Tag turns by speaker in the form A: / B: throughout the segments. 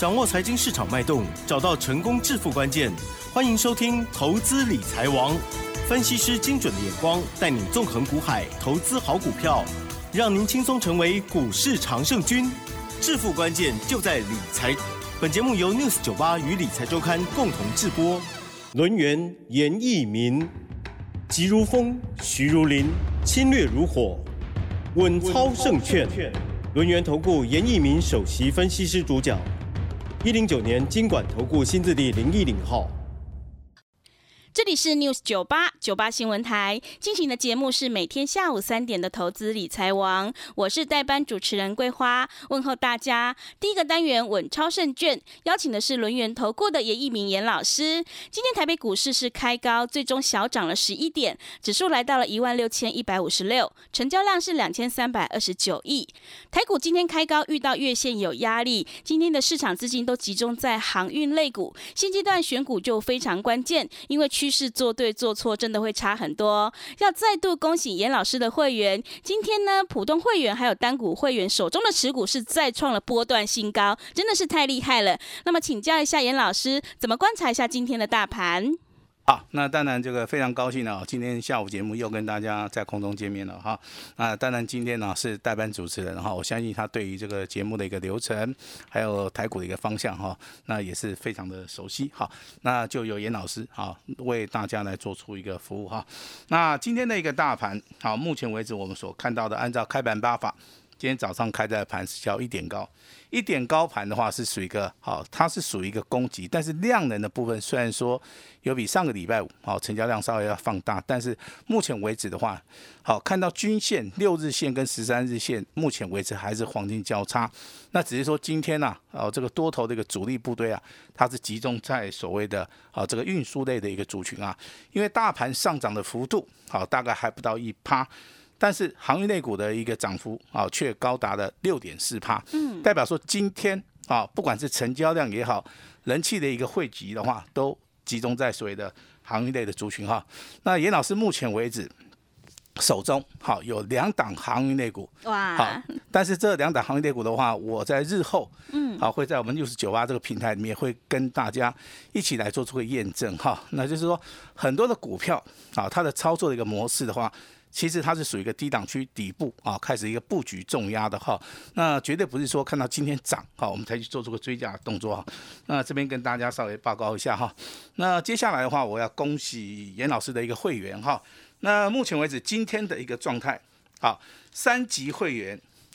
A: 掌握财经市场脉动，找到成功致富关键。欢迎收听《投资理财王》，分析师精准的眼光，带你纵横股海，投资好股票，让您轻松成为股市常胜军。致富关键就在理财。本节目由 News98 与理财周刊共同制播。轮源严义民，急如风，徐如林，侵略如火，稳操胜券。轮源投顾严义民首席分析师主讲。109年金管投顾新字第010号。
B: 这里是 News98 新闻台，进行的节目是每天下午3点的投资理财王，我是代班主持人桂花，问候大家。第一个单元稳超胜券，邀请的是轮源投顾的严义民严老师。今天台北股市是开高，最终小涨了11点，指数来到了16156，成交量是2329亿。台股今天开高，遇到月线有压力，今天的市场资金都集中在航运类股，现阶段选股就非常关键，因为趋势做对做错真的会差很多。要再度恭喜严老师的会员，今天呢普通会员还有单股会员手中的持股是再创了波段新高，真的是太厉害了。那么请教一下严老师，怎么观察一下今天的大盘？
C: 好，那当然这个非常高兴啊，今天下午节目又跟大家在空中见面了哈。那当然今天呢是代班主持人哈，我相信他对于这个节目的一个流程，还有台股的一个方向哈，那也是非常的熟悉哈。那就由严老师哈为大家来做出一个服务哈。那今天的一个大盘好，目前为止我们所看到的，按照开盘八法，今天早上开的盘是叫1点高。1点高盘的话是属于一个好，它是属于一个攻击，但是量能的部分虽然说有比上个礼拜五好成交量稍微要放大，但是目前为止的话，好看到均线6日线跟13日线，目前为止还是黄金交叉。那只是说今天呢，这个多头的一个主力部队啊，它是集中在所谓的这个运输类的一个族群啊，因为大盘上涨的幅度好大概还不到1%。但是航运类股的一个涨幅却高达了6.4%，代表说今天不管是成交量也好，人气的一个汇集的话，都集中在所谓的航运类的族群哈。那严老师目前为止手中有2档航运类股，哇！但是这2档航运类股的话，我在日后会在我们News98这个平台里面会跟大家一起来做出个验证哈。那就是说很多的股票它的操作的一个模式的话，其实它是属于一个低档区底部开始一个布局重压的哈，那绝对不是说看到今天涨我们才去做出个追加的动作哈。那这边跟大家稍微报告一下哈。那接下来的话，我要恭喜严老师的一个会员哈。那目前为止今天的一个状态3级会员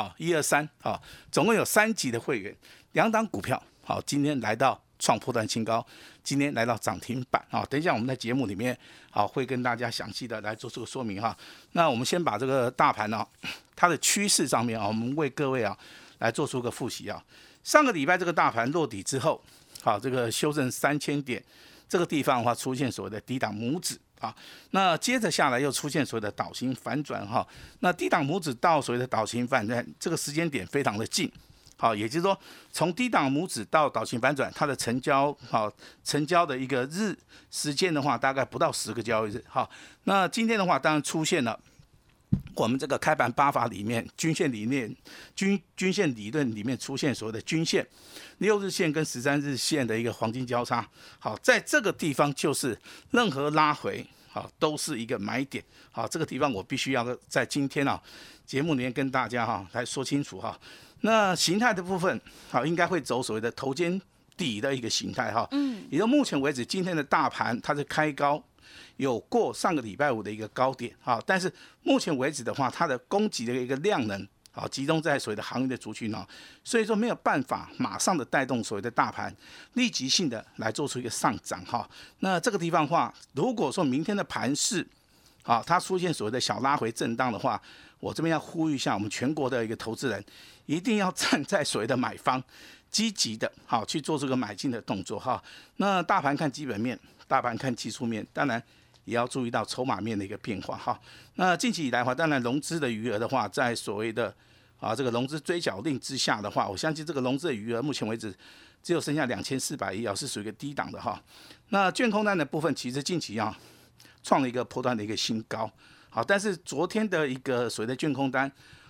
C: 1、2、3总共有3级的会员，2档股票今天来到创波段新高，今天来到涨停板等一下我们在节目里面会跟大家详细的来做这个说明哈。那我们先把这个大盘它的趋势上面我们为各位来做出个复习上个礼拜这个大盘落底之后这个修正3000点这个地方的话出现所谓的低档拇指那接着下来又出现所谓的倒型反转那低档拇指到所谓的倒型反转这个时间点非常的近。也就是说，从低档拇指到倒型反转，它的成交的一个日时间的话，大概不到10个交易日。那今天的话，当然出现了我们这个开盘八法里面均线理论里面出现所谓的均线6日线跟13日线的一个黄金交叉。在这个地方就是任何拉回都是一个买点。这个地方我必须要在今天节目里面跟大家来说清楚那形态的部分应该会走所谓的头肩底的一个形态也就目前为止今天的大盘它是开高有过上个礼拜五的一个高点但是目前为止的话，它的攻击的一个量能集中在所谓的航运的族群所以说没有办法马上的带动所谓的大盘立即性的来做出一个上涨那这个地方的话，如果说明天的盘势它出现所谓的小拉回震荡的话，我这边要呼吁一下我们全国的一个投资人，一定要站在所谓的买方，积极的去做这个买进的动作那大盘看基本面，大盘看技术面，当然也要注意到筹码面的一个变化那近期以来的话，当然融资的余额的话，在所谓的这个融资追缴令之下的话，我相信这个融资的余额目前为止只有剩下2400亿是属于一个低档的那券空单的部分，其实近期创了一个波段的一个新高但是昨天的一个所谓的券空单，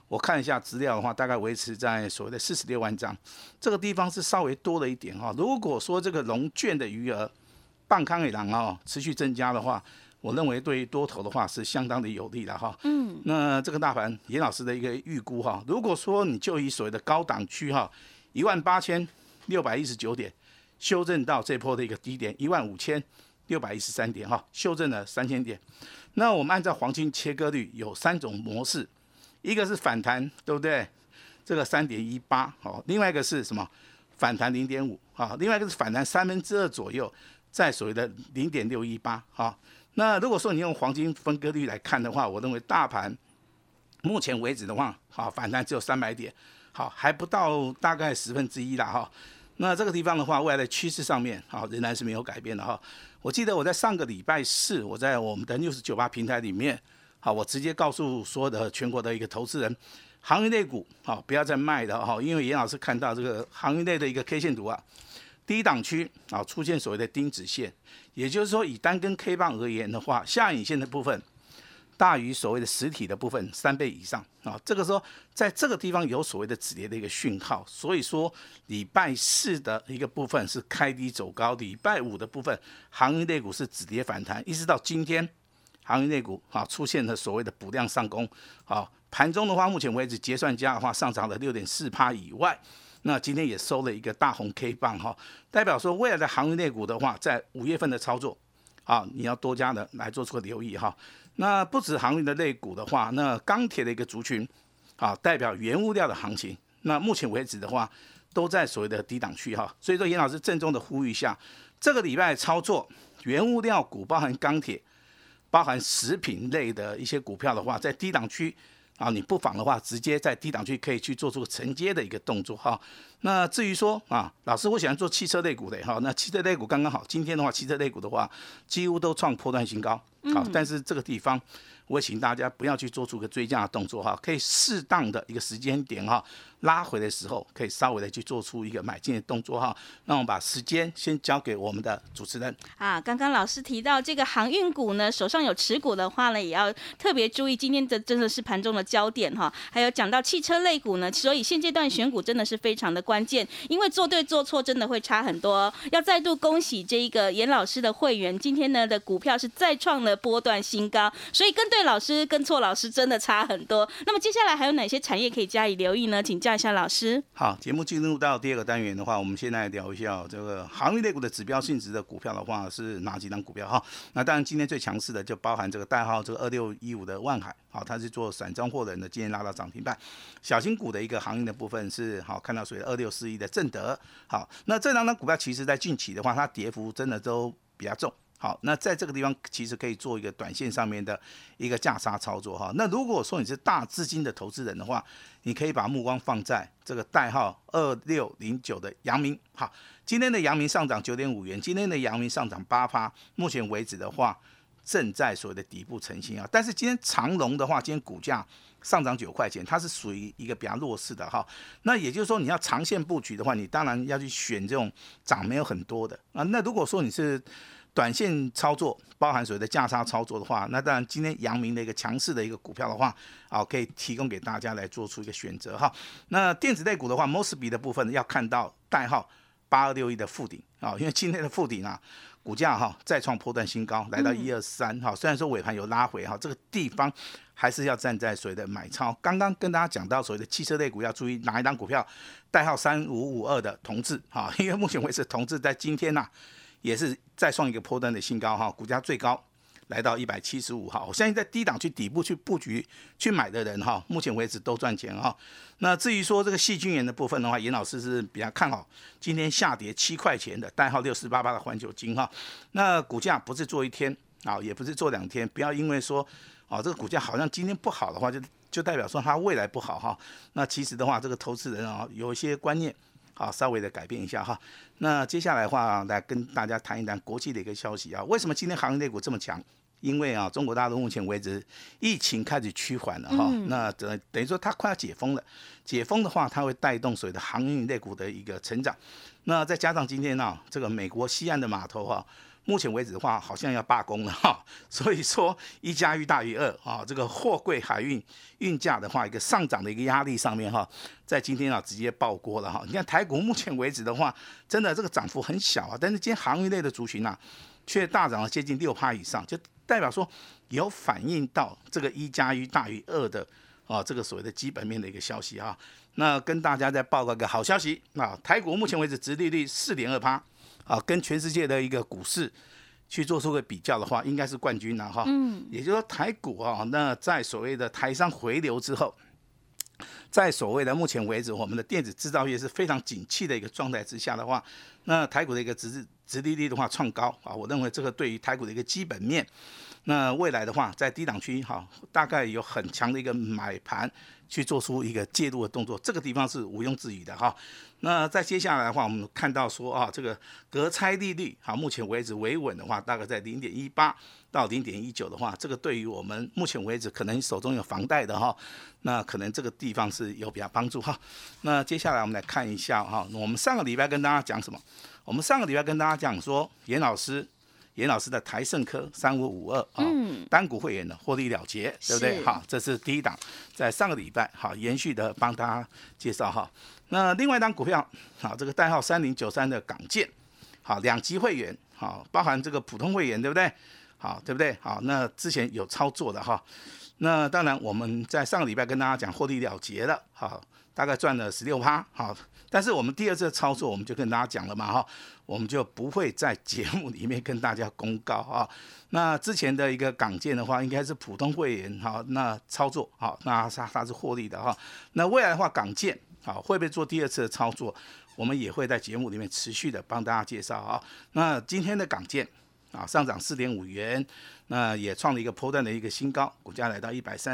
C: 我看一下资料的话，大概维持在所谓的46万张，这个地方是稍微多了一点哈。如果说这个融券的余额棒康野狼持续增加的话，我认为对于多头的话是相当的有利的哈。那这个大盘严老师的一个预估哈，如果说你就以所谓的高档区哈，18619点修正到这波的一个低点15613点哈，修正了3000点。那我们按照黄金切割率有3种模式，一个是反弹，对不对？这个3.18好，另外一个是什么？反弹0.5啊，另外一个是反弹2/3左右，在所谓的0.618哈。那如果说你用黄金分割率来看的话，我认为大盘目前为止的话，好，反弹只有300点，好，还不到大概1/10啦哈。那这个地方的话，未来的趋势上面啊，仍然是没有改变的哈。我记得我在上个礼拜四，我在我们的 News98 平台里面，好，我直接告诉所有的全国的一个投资人，航运类股好不要再卖了哈，因为严老师看到这个航运类的一个 K 线图啊，低档区啊出现所谓的钉子线，也就是说以单根 K 棒而言的话，下影线的部分大于所谓的实体的部分3倍以上啊，这个时候在这个地方有所谓的止跌的一个讯号，所以说礼拜四的一个部分是开低走高，礼拜五的部分航运类股是止跌反弹，一直到今天航运类股出现了所谓的补量上攻，盘中的话目前为止结算价的话上涨了6.4%以外，那今天也收了一个大红 K 棒代表说未来的航运类股的话，在5月份的操作你要多加的来做出个留意那不止航运的类股的话，那钢铁的一个族群代表原物料的行情，那目前为止的话都在所谓的低档区所以说严老师郑重的呼吁一下，这个礼拜操作原物料股包含钢铁包含食品类的一些股票的话，在低档区你不妨的话直接在低档区可以去做出承接的一个动作那至于说老师我喜欢做汽车类股的那汽车类股刚刚好，今天的话汽车类股的话几乎都创波段新高但是这个地方我也请大家不要去做出个追加的动作可以适当的一个时间点拉回的时候可以稍微的去做出一个买进的动作那我们把时间先交给我们的主持人
B: 刚刚老师提到这个航运股呢，手上有持股的话呢，也要特别注意，今天的真的是盘中的焦点还有讲到汽车类股呢，所以现阶段选股真的是非常的关键，因为做对做错真的会差很多要再度恭喜这一个严老师的会员，今天呢的股票是再创了波段新高，所以跟对老师跟错老师真的差很多。那么接下来还有哪些产业可以加以留意呢？请教一下老师。
C: 好，节目进入到第二个单元的话，我们先来聊一下这个航运类股的指标性质的股票的话是哪几档股票那当然今天最强势的就包含这个代号这个2615的万海它是做散装货人的，今天拉到涨停板。小型股的一个航运的部分是看到所谓的2641的正德。好，那这两档股票其实在近期的话，它跌幅真的都比较重。好，那在这个地方其实可以做一个短线上面的一个价差操作那如果说你是大资金的投资人的话，你可以把目光放在这个代号2609的阳明。好，今天的阳明上涨9.5元，今天的阳明上涨8%，目前为止的话正在所谓的底部成型但是今天长荣的话，今天股价上涨9块钱，它是属于一个比较弱势的那也就是说你要长线布局的话，你当然要去选这种涨没有很多的那如果说你是短线操作，包含所谓的价差操作的话，那当然今天阳明的一个强势的一个股票的话可以提供给大家来做出一个选择那电子类股的话 Mosby 的部分要看到代号8261的富鼎因为今天的富鼎股价再创波段新高，来到123虽然说尾盘有拉回这个地方还是要站在所谓的买超。刚刚跟大家讲到所谓的汽车类股要注意哪一档股票，代号3552的同致因为目前为止同致在今天也是再创一个波段的新高股价最高来到175我相信在低档去底部去布局去买的人目前为止都赚钱那至于说这个细菌源的部分的话，严老师是比较看好今天下跌7块钱的代号6488的环球金那股价不是做一天也不是做2天，不要因为说这个股价好像今天不好的话就代表说它未来不好那其实的话这个投资人有一些观念稍微的改变一下那接下来的话来跟大家谈一谈国际的一个消息为什么今天航运类股这么强因为中国大陆目前为止疫情开始趋缓了哈，那等于说它快要解封了。解封的话，它会带动所谓的航运类股的一个成长。那再加上今天这个美国西岸的码头目前为止的话，好像要罢工了哈，所以说1+1大于2啊，这个货柜海运运价的话，一个上涨的一个压力上面在今天直接爆锅了哈。你看台股目前为止的话，真的这个涨幅很小但是今天航运类的族群却大涨了接近6%以上，就代表说有反映到这个1+1大于2的这个所谓的基本面的一个消息那跟大家再报告一个好消息台股目前为止殖利率4.2%。跟全世界的一个股市去做出个比较的话，应该是冠军了也就是说台股那在所谓的台商回流之后，在所谓的目前为止我们的电子制造业是非常景气的一个状态之下的话，那台股的一个殖利率的话创高我认为这个对于台股的一个基本面，那未来的话在低档区大概有很强的一个买盘去做出一个介入的动作，这个地方是毋庸置疑的那在接下来的话，我们看到说这个隔差利率目前为止维稳的话，大概在0.18到0.19的话，这个对于我们目前为止可能手中有房贷的那可能这个地方是有比较帮助那接下来我们来看一下我们上个礼拜跟大家讲什么？我们上个礼拜跟大家讲说严老师的台盛科3552单股会员的获利了结，对不对？这是第一档，在上个礼拜延续的帮大家介绍那另外一档股票这个代号3093的港建2级会员包含这个普通会员，对不对？对不对？那之前有操作的那当然我们在上个礼拜跟大家讲获利了结了大概赚了16%但是我们第二次的操作我们就跟大家讲了嘛我们就不会在节目里面跟大家公告那之前的一个港建的话，应该是普通会员那操作那它是获利的那未来的话港建会不会做第二次的操作，我们也会在节目里面持续的帮大家介绍那今天的港建上涨4.5元，那也创了一个波段的一个新高，股价来到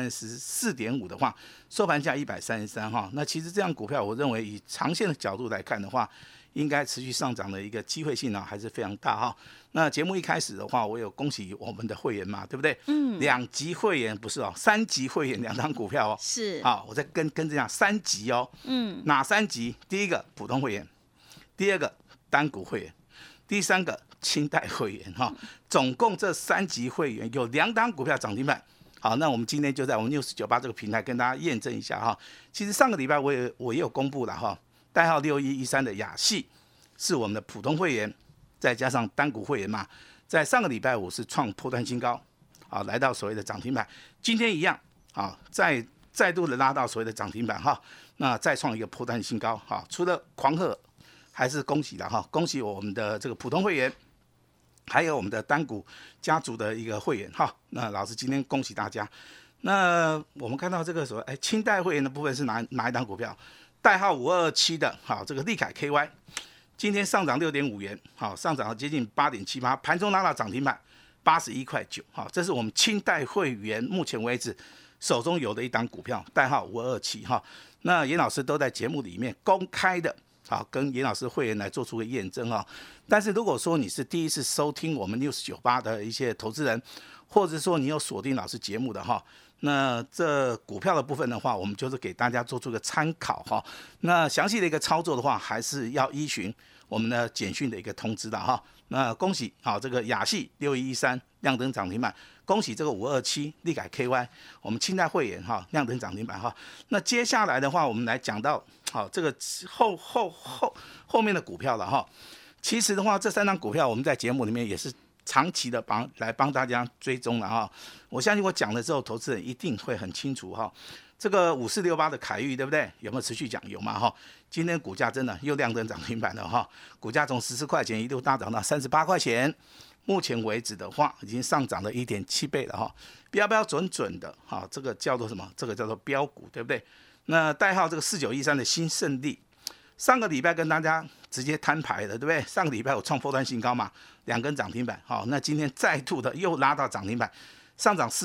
C: 134.5的话，收盘价133那其实这样股票，我认为以长线的角度来看的话，应该持续上涨的一个机会性还是非常大那节目一开始的话，我有恭喜我们的会员嘛，对不对？2级会员不是3级会员2档股票
B: 是
C: 我再跟着讲3级哪3级？第一个普通会员，第二个单股会员，第三个清代会员总共这3级会员有2档股票涨停板。好，那我们今天就在我们News98这个平台跟大家验证一下其实上个礼拜我也有公布了代号6113的雅系是我们的普通会员，再加上单股会员嘛，在上个礼拜五是创波段新高来到所谓的涨停板。今天一样再度的拉到所谓的涨停板那再创一个波段新高除了狂贺还是恭喜的恭喜我们的这个普通会员，还有我们的单股家族的一个会员那老师今天恭喜大家。那我们看到这个所谓清代会员的部分是哪一档股票？代号5227的这个利凯 KY， 今天上涨6.5元上涨了接近8.78%，盘中拉到涨停板81.9块这是我们清代会员目前为止手中有的一档股票，代号5227那严老师都在节目里面公开的跟严老师会员来做出个验证但是如果说你是第一次收听我们News98的一些投资人，或者说你有锁定老师节目的那这股票的部分的话，我们就是给大家做出个参考那详细的一个操作的话，还是要依循我们的简讯的一个通知的那恭喜这个雅系6113亮灯涨停板，恭喜这个527利凯 KY 我们清代会员亮灯涨停板那接下来的话，我们来讲到这个后面的股票了其实的话，这3档股票我们在节目里面也是长期的帮大家追踪了我相信我讲了之后，投资人一定会很清楚这个5468的凯域，对不对？有没有持续讲？有嘛今天股价真的又亮灯涨停板了股价从14块钱一路大涨到38块钱，目前为止的话已经上涨了1.7倍了标标准准的这个叫做什么？这个叫做标股，对不对？那代号这个4913的新胜利，上个礼拜跟大家直接摊牌了，对不对？上个礼拜有创波段新高嘛，2根涨停板那今天再度的又拉到涨停板，上涨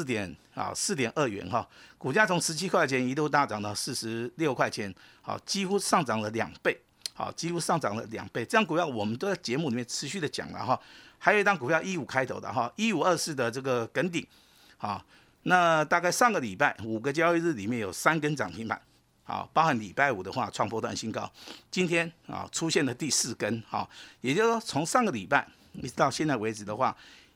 C: 4.2元股价从17块钱一度大涨到46块钱几乎上涨了2倍好，几乎上涨了2倍。这张股票我们都在节目里面持续的讲了哈。还有一张股票15开头的哈，1524的这个耿鼎，好，那大概上个礼拜5个交易日里面有3根涨停板，好，包含礼拜五的话创波段新高，今天啊出现了第4根，好，也就是说从上个礼拜一直到现在为止的话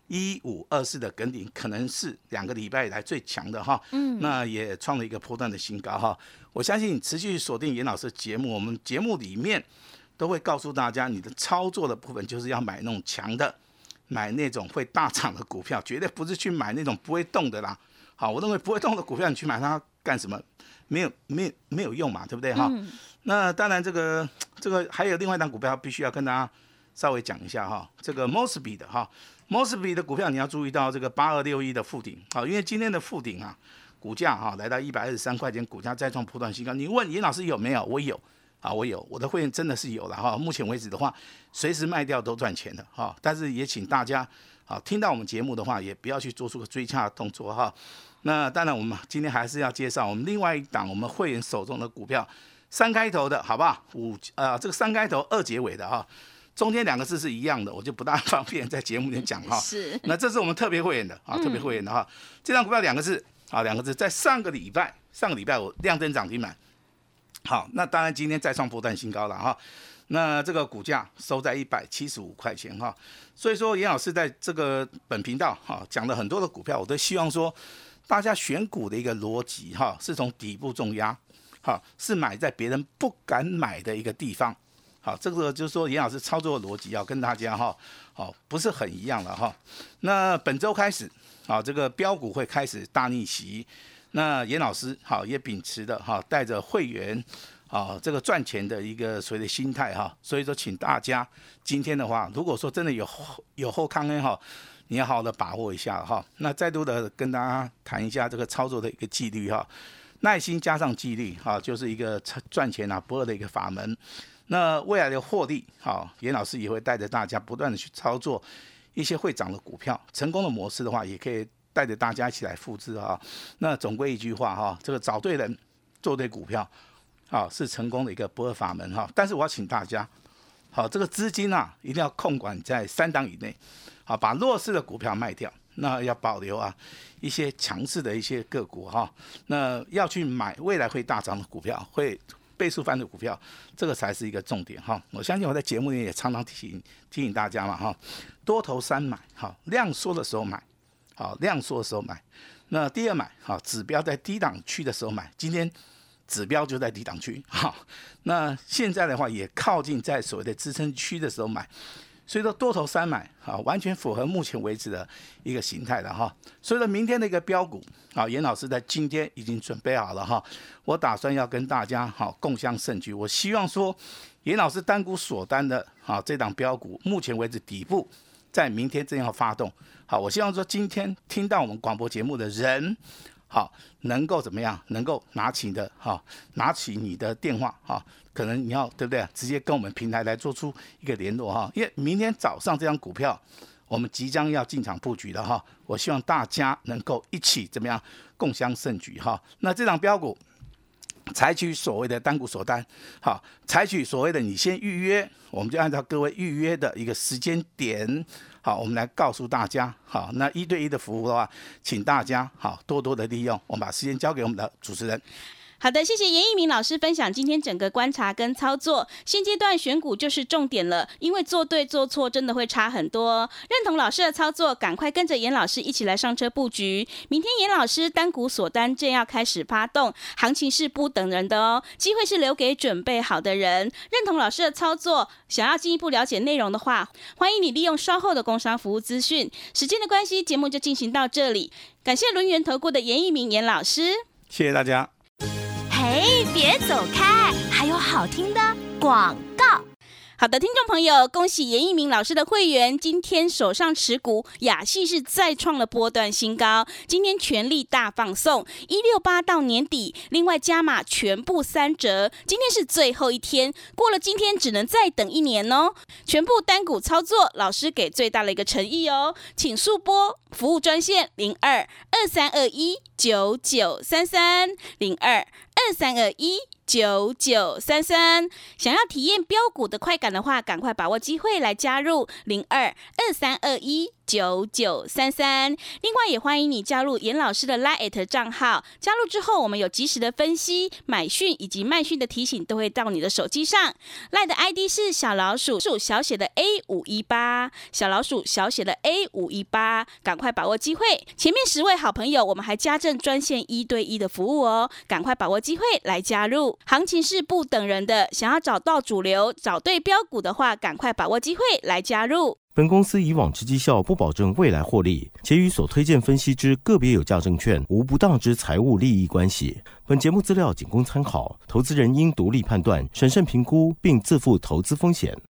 C: ，1524的耿鼎可能是2个礼拜以来最强的哈，那也创了一个波段的新高哈。我相信你持续锁定严老师的节目，我们节目里面都会告诉大家，你的操作的部分就是要买那种强的。买那种会大涨的股票，绝对不是去买那种不会动的啦。好，我认为不会动的股票，你去买它干什么？没有用嘛，对不对哈？那当然，这个还有另外一档股票，必须要跟大家稍微讲一下哈。这个 Mosby 的哈 ，Mosby 的股票你要注意到这个8261的附顶，好，因为今天的附顶啊，股价哈来到123块钱，股价再创波段新高。你问严老师有没有？我有。啊，我有，我的会员真的是有了哈。目前为止的话，随时卖掉都赚钱的哈。但是也请大家好听到我们节目的话，也不要去做出个追加的动作哈。那当然，我们今天还是要介绍我们另外一档我们会员手中的股票，3开头的好不好？这个3开头2结尾的哈，中间2个字是一样的，我就不大方便在节目里面讲哈。
B: 是。
C: 那这是我们特别会员的啊，特别会员的哈。这张股票2个字啊，2个字，在上个礼拜我亮灯涨停板。好，那当然今天再创波段新高了哈。那这个股价收在175块钱哈。所以说严老师在这个本频道哈讲了很多的股票，我都希望说大家选股的一个逻辑哈，是从底部重压，好，是买在别人不敢买的一个地方。好，这个就是说严老师操作的逻辑要跟大家哈，好，不是很一样了哈。那本周开始，好，这个标股会开始大逆袭。那严老师好也秉持的哈，带着会员这个赚钱的一个所谓的心态哈，所以说请大家今天的话，如果说真的有后康恩哈，你要好好的把握一下哈。那再度的跟大家谈一下这个操作的一个纪律哈，耐心加上纪律哈，就是一个赚钱不二的一个法门。那未来的获利好，严老师也会带着大家不断的去操作一些会涨的股票，成功的模式的话，也可以带着大家一起来复制哈。那总归一句话哈，这个找对人做对股票是成功的一个不二法门哈。但是我要请大家好，这个资金一定要控管在3档以内，好，把弱势的股票卖掉，那要保留一些强势的一些个股哈。那要去买未来会大涨的股票，会倍数翻的股票，这个才是一个重点哈。我相信我在节目里也常常提醒大家嘛哈，多头3买好，量缩的时候买。好，量缩的时候买。那第2买，好，指标在低档区的时候买。今天指标就在低档区，好，那现在的话也靠近在所谓的支撑区的时候买。所以说多头3买，好，完全符合目前为止的一个形态的哈。所以说明天的一个标股，好，严老师在今天已经准备好了哈。我打算要跟大家好共襄盛举。我希望说，严老师单股锁单的好这档标股，目前为止底部在明天正要发动。好，我希望说今天听到我们广播节目的人，好，能够怎么样？能够拿起你的电话，可能你要对不对？直接跟我们平台来做出一个联络哈，因为明天早上这张股票我们即将要进场布局的哈，我希望大家能够一起怎么样共襄盛举哈。那这档标股采取所谓的单股锁单，好，采取所谓的你先预约，我们就按照各位预约的一个时间点。好，我们来告诉大家，好，那1对1的服务的话，请大家好多多的利用。我们把时间交给我们的主持人。
B: 好的，谢谢严一鸣老师分享今天整个观察跟操作。现阶段选股就是重点了，因为做对做错真的会差很多。认同老师的操作，赶快跟着严老师一起来上车布局。明天严老师单股锁单正要开始发动，行情是不等人的哦，机会是留给准备好的人。认同老师的操作，想要进一步了解内容的话，欢迎你利用稍后的工商服务资讯。时间的关系，节目就进行到这里。感谢轮源投顾的严一鸣严老师，
C: 谢谢大家。
D: 嘿，别走开，还有好听的广告。
B: 好的，听众朋友，恭喜严一鸣老师的会员今天手上持股亚细是再创了波段新高，今天全力大放送168到年底，另外加码全部3折，今天是最后一天，过了今天只能再等1年哦。全部单股操作，老师给最大的一个诚意哦，请速拨服务专线02-2321-9933 02-2321 9933，想要体验标股的快感的话，赶快把握机会来加入0223219933。另外也欢迎你加入严老师的 LINE 账号，加入之后我们有及时的分析、买讯以及卖讯的提醒都会到你的手机上。LINE 的 ID 是小老鼠小写的 A518， 小老鼠小写的 A518， 赶快把握机会。前面10位好朋友我们还加赠专线1对1的服务哦，赶快把握机会来加入。行情是不等人的，想要找到主流、找对标股的话，赶快把握机会来加入。
A: 本公司以往之绩效不保证未来获利，且与所推荐分析之个别有价证券无不当之财务利益关系。本节目资料仅供参考，投资人应独立判断、审慎评估，并自负投资风险。